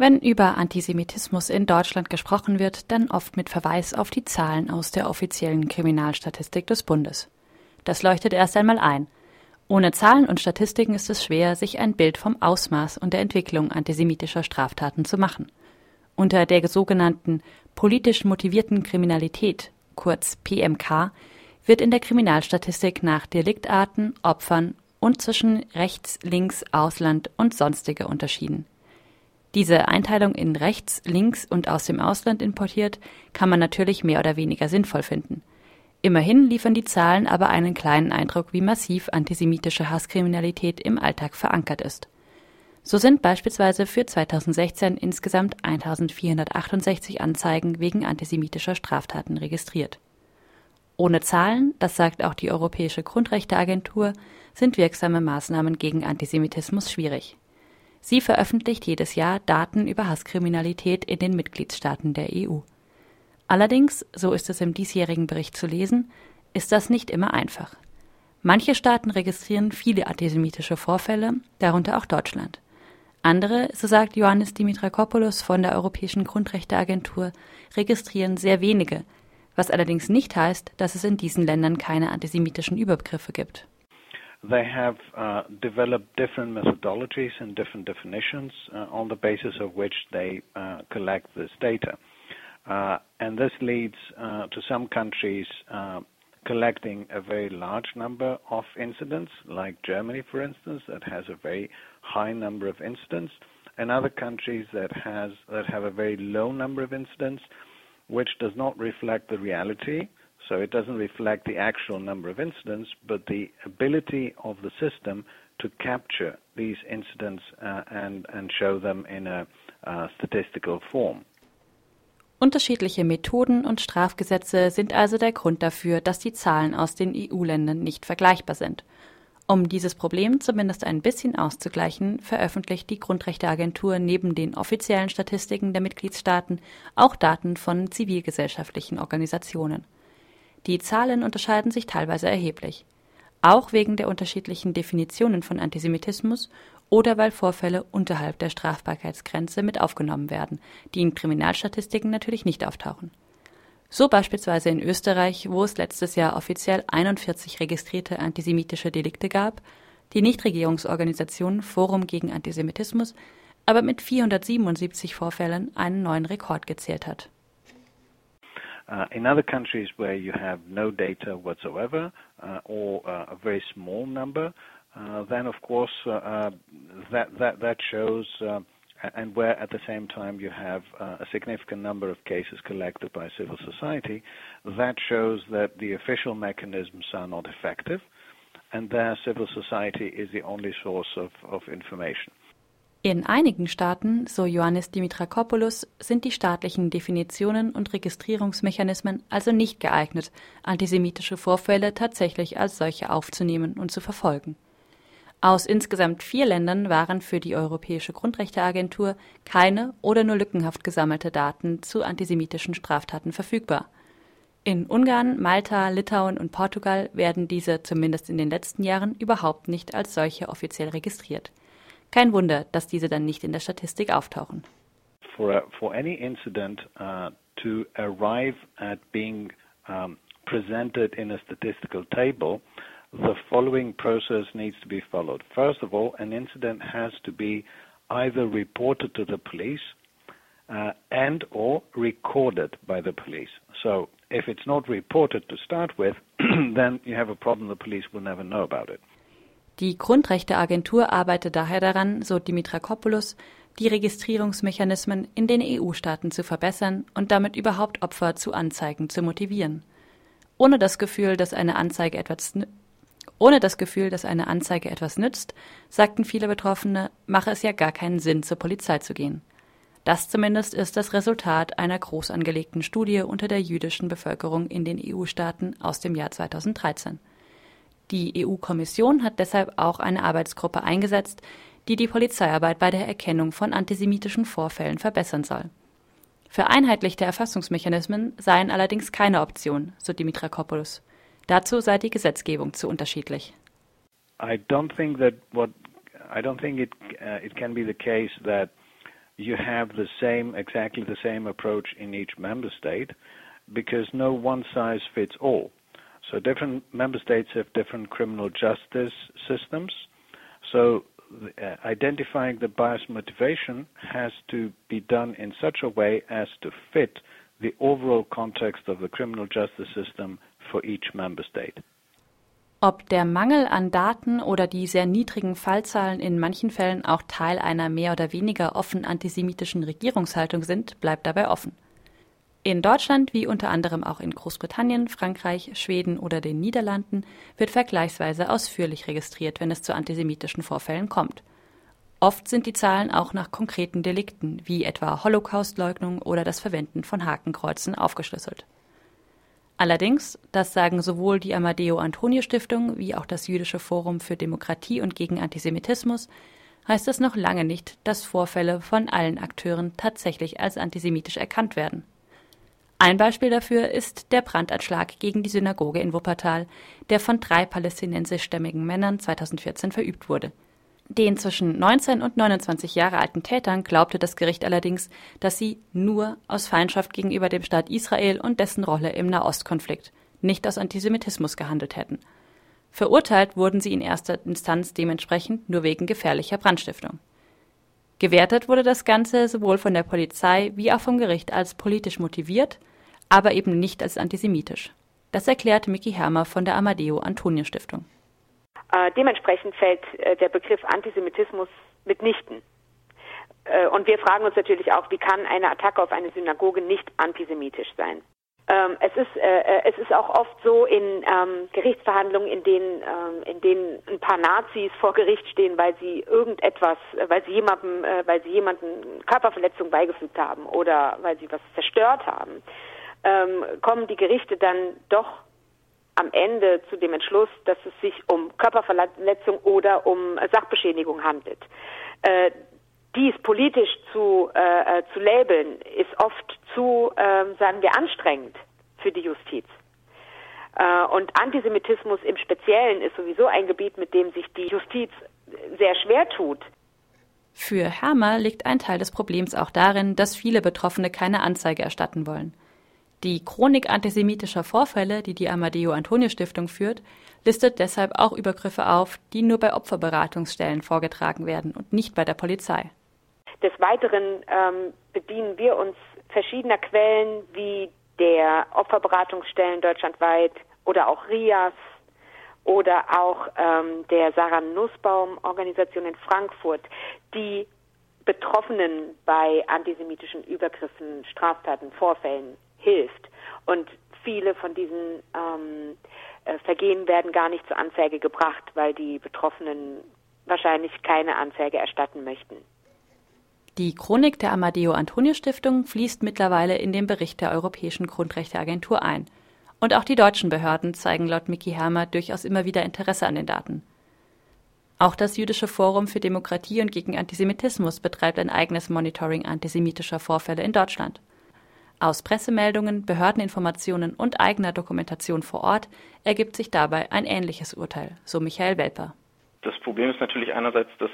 Wenn über Antisemitismus in Deutschland gesprochen wird, dann oft mit Verweis auf die Zahlen aus der offiziellen Kriminalstatistik des Bundes. Das leuchtet erst einmal ein. Ohne Zahlen und Statistiken ist es schwer, sich ein Bild vom Ausmaß und der Entwicklung antisemitischer Straftaten zu machen. Unter der sogenannten politisch motivierten Kriminalität, kurz PMK, wird in der Kriminalstatistik nach Deliktarten, Opfern und zwischen rechts, links, Ausland und sonstige unterschieden. Diese Einteilung in rechts, links und aus dem Ausland importiert kann man natürlich mehr oder weniger sinnvoll finden. Immerhin liefern die Zahlen aber einen kleinen Eindruck, wie massiv antisemitische Hasskriminalität im Alltag verankert ist. So sind beispielsweise für 2016 insgesamt 1468 Anzeigen wegen antisemitischer Straftaten registriert. Ohne Zahlen, das sagt auch die Europäische Grundrechteagentur, sind wirksame Maßnahmen gegen Antisemitismus schwierig. Sie veröffentlicht jedes Jahr Daten über Hasskriminalität in den Mitgliedstaaten der EU. Allerdings, so ist es im diesjährigen Bericht zu lesen, ist das nicht immer einfach. Manche Staaten registrieren viele antisemitische Vorfälle, darunter auch Deutschland. Andere, so sagt Ioannis Dimitrakopoulos von der Europäischen Grundrechteagentur, registrieren sehr wenige, was allerdings nicht heißt, dass es in diesen Ländern keine antisemitischen Übergriffe gibt. They have developed different methodologies and different definitions on the basis of which they collect this data. And this leads to some countries collecting a very large number of incidents, like Germany, for instance, that has a very high number of incidents, and other countries that have a very low number of incidents, which does not reflect the reality. So it doesn't reflect the actual number of incidents, but the ability of the system to capture these incidents and show them in a statistical form. Unterschiedliche Methoden und Strafgesetze sind also der Grund dafür, dass die Zahlen aus den EU-Ländern nicht vergleichbar sind. Um dieses Problem zumindest ein bisschen auszugleichen, veröffentlicht die Grundrechteagentur neben den offiziellen Statistiken der Mitgliedstaaten auch Daten von zivilgesellschaftlichen Organisationen. Die Zahlen unterscheiden sich teilweise erheblich, auch wegen der unterschiedlichen Definitionen von Antisemitismus oder weil Vorfälle unterhalb der Strafbarkeitsgrenze mit aufgenommen werden, die in Kriminalstatistiken natürlich nicht auftauchen. So beispielsweise in Österreich, wo es letztes Jahr offiziell 41 registrierte antisemitische Delikte gab, die Nichtregierungsorganisation Forum gegen Antisemitismus aber mit 477 Vorfällen einen neuen Rekord gezählt hat. In other countries where you have no data whatsoever or a very small number, then of course that shows, and where at the same time you have a significant number of cases collected by civil society, that shows that the official mechanisms are not effective, and there civil society is the only source of information. In einigen Staaten, so Ioannis Dimitrakopoulos, sind die staatlichen Definitionen und Registrierungsmechanismen also nicht geeignet, antisemitische Vorfälle tatsächlich als solche aufzunehmen und zu verfolgen. Aus insgesamt 4 Ländern waren für die Europäische Grundrechteagentur keine oder nur lückenhaft gesammelte Daten zu antisemitischen Straftaten verfügbar. In Ungarn, Malta, Litauen und Portugal werden diese zumindest in den letzten Jahren überhaupt nicht als solche offiziell registriert. Kein Wunder, dass diese dann nicht in der Statistik auftauchen. For any incident to arrive at being presented in a statistical table, the following process needs to be followed. First of all, an incident has to be either reported to the police and or recorded by the police. So if it's not reported to start with, then you have a problem. The police will never know about it. Die Grundrechteagentur arbeitet daher daran, so Dimitrakopoulos, die Registrierungsmechanismen in den EU-Staaten zu verbessern und damit überhaupt Opfer zu Anzeigen zu motivieren. Ohne das Gefühl, dass eine Anzeige etwas nützt, sagten viele Betroffene, mache es ja gar keinen Sinn, zur Polizei zu gehen. Das zumindest ist das Resultat einer groß angelegten Studie unter der jüdischen Bevölkerung in den EU-Staaten aus dem Jahr 2013. Die EU-Kommission hat deshalb auch eine Arbeitsgruppe eingesetzt, die die Polizeiarbeit bei der Erkennung von antisemitischen Vorfällen verbessern soll. Vereinheitlichte Erfassungsmechanismen seien allerdings keine Option, so Dimitrakopoulos. Dazu sei die Gesetzgebung zu unterschiedlich. I don't think it can be the case that you have exactly the same approach in each member state, because no one size fits all. So different member states have different criminal justice systems. So identifying the bias motivation has to be done in such a way as to fit the overall context of the criminal justice system for each member state. Ob der Mangel an Daten oder die sehr niedrigen Fallzahlen in manchen Fällen auch Teil einer mehr oder weniger offen antisemitischen Regierungshaltung sind, bleibt dabei offen. In Deutschland, wie unter anderem auch in Großbritannien, Frankreich, Schweden oder den Niederlanden, wird vergleichsweise ausführlich registriert, wenn es zu antisemitischen Vorfällen kommt. Oft sind die Zahlen auch nach konkreten Delikten, wie etwa Holocaustleugnung oder das Verwenden von Hakenkreuzen, aufgeschlüsselt. Allerdings, das sagen sowohl die Amadeo-Antonio-Stiftung wie auch das Jüdische Forum für Demokratie und gegen Antisemitismus, heißt es noch lange nicht, dass Vorfälle von allen Akteuren tatsächlich als antisemitisch erkannt werden. Ein Beispiel dafür ist der Brandanschlag gegen die Synagoge in Wuppertal, der von 3 palästinensischstämmigen Männern 2014 verübt wurde. Den zwischen 19 und 29 Jahre alten Tätern glaubte das Gericht allerdings, dass sie nur aus Feindschaft gegenüber dem Staat Israel und dessen Rolle im Nahostkonflikt, nicht aus Antisemitismus gehandelt hätten. Verurteilt wurden sie in erster Instanz dementsprechend nur wegen gefährlicher Brandstiftung. Gewertet wurde das Ganze sowohl von der Polizei wie auch vom Gericht als politisch motiviert, aber eben nicht als antisemitisch. Das erklärt Miki Hermer von der Amadeo-Antonio-Stiftung. Dementsprechend fällt der Begriff Antisemitismus mitnichten. Und wir fragen uns natürlich auch, wie kann eine Attacke auf eine Synagoge nicht antisemitisch sein? Es ist auch oft so in Gerichtsverhandlungen, in denen ein paar Nazis vor Gericht stehen, weil sie jemandem Körperverletzung beigefügt haben oder weil sie was zerstört haben, kommen die Gerichte dann doch am Ende zu dem Entschluss, dass es sich um Körperverletzung oder um Sachbeschädigung handelt. Dies politisch zu labeln, ist oft zu, sagen wir, anstrengend für die Justiz. Und Antisemitismus im Speziellen ist sowieso ein Gebiet, mit dem sich die Justiz sehr schwer tut. Für Hermer liegt ein Teil des Problems auch darin, dass viele Betroffene keine Anzeige erstatten wollen. Die Chronik antisemitischer Vorfälle, die die Amadeo-Antonio-Stiftung führt, listet deshalb auch Übergriffe auf, die nur bei Opferberatungsstellen vorgetragen werden und nicht bei der Polizei. Des Weiteren bedienen wir uns verschiedener Quellen wie der Opferberatungsstellen deutschlandweit oder auch RIAS oder auch der Sarah Nussbaum-Organisation in Frankfurt, die Betroffenen bei antisemitischen Übergriffen, Straftaten, Vorfällen hilft. Und viele von diesen Vergehen werden gar nicht zur Anzeige gebracht, weil die Betroffenen wahrscheinlich keine Anzeige erstatten möchten. Die Chronik der Amadeo-Antonio-Stiftung fließt mittlerweile in den Bericht der Europäischen Grundrechteagentur ein. Und auch die deutschen Behörden zeigen laut Miki Hermer durchaus immer wieder Interesse an den Daten. Auch das Jüdische Forum für Demokratie und gegen Antisemitismus betreibt ein eigenes Monitoring antisemitischer Vorfälle in Deutschland. Aus Pressemeldungen, Behördeninformationen und eigener Dokumentation vor Ort ergibt sich dabei ein ähnliches Urteil, so Michael Welper. Das Problem ist natürlich einerseits, dass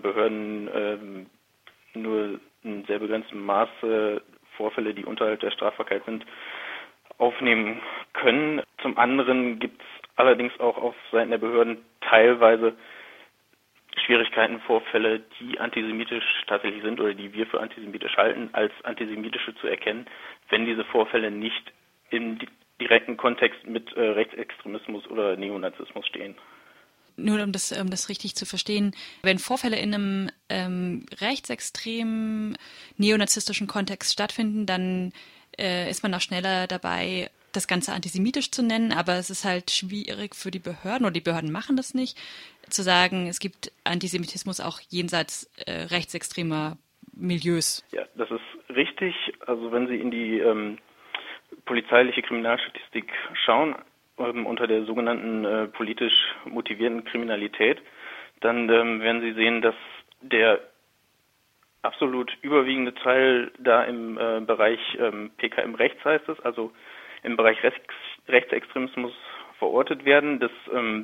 Behörden nur in sehr begrenztem Maße Vorfälle, die unterhalb der Strafbarkeit sind, aufnehmen können. Zum anderen gibt es allerdings auch auf Seiten der Behörden teilweise Schwierigkeiten, Vorfälle, die antisemitisch tatsächlich sind oder die wir für antisemitisch halten, als antisemitische zu erkennen, wenn diese Vorfälle nicht im direkten Kontext mit Rechtsextremismus oder Neonazismus stehen. Nur um das richtig zu verstehen, wenn Vorfälle in einem rechtsextremen neonazistischen Kontext stattfinden, dann ist man auch schneller dabei, das Ganze antisemitisch zu nennen, aber es ist halt schwierig für die Behörden, oder die Behörden machen das nicht, zu sagen, es gibt Antisemitismus auch jenseits rechtsextremer Milieus. Ja, das ist richtig. Also wenn Sie in die polizeiliche Kriminalstatistik schauen, unter der sogenannten politisch motivierten Kriminalität, dann werden Sie sehen, dass der absolut überwiegende Teil da im Bereich PKM rechts heißt es, also im Bereich Rechtsextremismus verortet werden. Das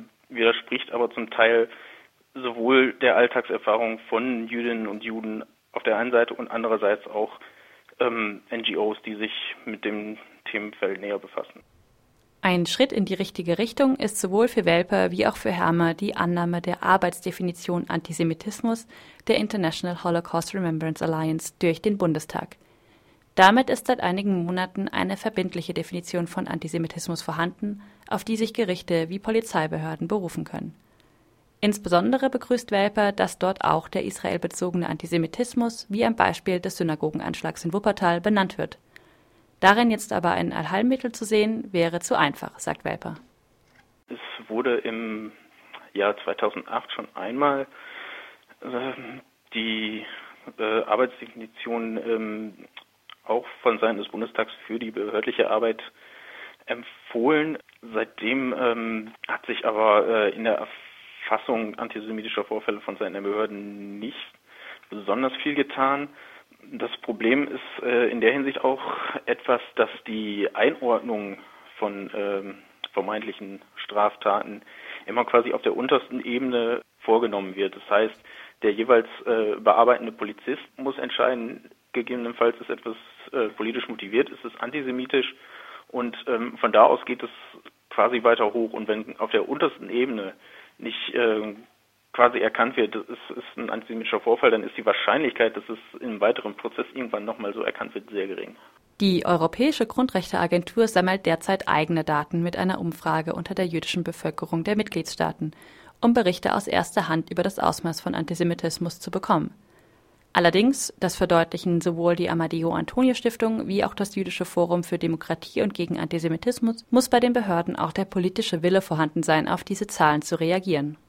widerspricht aber zum Teil sowohl der Alltagserfahrung von Jüdinnen und Juden auf der einen Seite und andererseits auch NGOs, die sich mit dem Themenfeld näher befassen. Ein Schritt in die richtige Richtung ist sowohl für Welper wie auch für Hermer die Annahme der Arbeitsdefinition Antisemitismus der International Holocaust Remembrance Alliance durch den Bundestag. Damit ist seit einigen Monaten eine verbindliche Definition von Antisemitismus vorhanden, auf die sich Gerichte wie Polizeibehörden berufen können. Insbesondere begrüßt Welper, dass dort auch der israelbezogene Antisemitismus, wie am Beispiel des Synagogenanschlags in Wuppertal, benannt wird. Darin jetzt aber ein Allheilmittel zu sehen, wäre zu einfach, sagt Welper. Es wurde im Jahr 2008 schon einmal die Arbeitsdefinition auch von Seiten des Bundestags für die behördliche Arbeit empfohlen. Seitdem hat sich aber in der Erfassung antisemitischer Vorfälle von Seiten der Behörden nicht besonders viel getan. Das Problem ist in der Hinsicht auch etwas, dass die Einordnung von vermeintlichen Straftaten immer quasi auf der untersten Ebene vorgenommen wird. Das heißt, der jeweils bearbeitende Polizist muss entscheiden, gegebenenfalls ist etwas politisch motiviert, ist es antisemitisch, und von da aus geht es quasi weiter hoch. Und wenn auf der untersten Ebene nicht quasi erkannt wird, das ist ein antisemitischer Vorfall, dann ist die Wahrscheinlichkeit, dass es im weiteren Prozess irgendwann nochmal so erkannt wird, sehr gering. Die Europäische Grundrechteagentur sammelt derzeit eigene Daten mit einer Umfrage unter der jüdischen Bevölkerung der Mitgliedstaaten, um Berichte aus erster Hand über das Ausmaß von Antisemitismus zu bekommen. Allerdings, das verdeutlichen sowohl die Amadeo-Antonio-Stiftung wie auch das Jüdische Forum für Demokratie und gegen Antisemitismus, muss bei den Behörden auch der politische Wille vorhanden sein, auf diese Zahlen zu reagieren.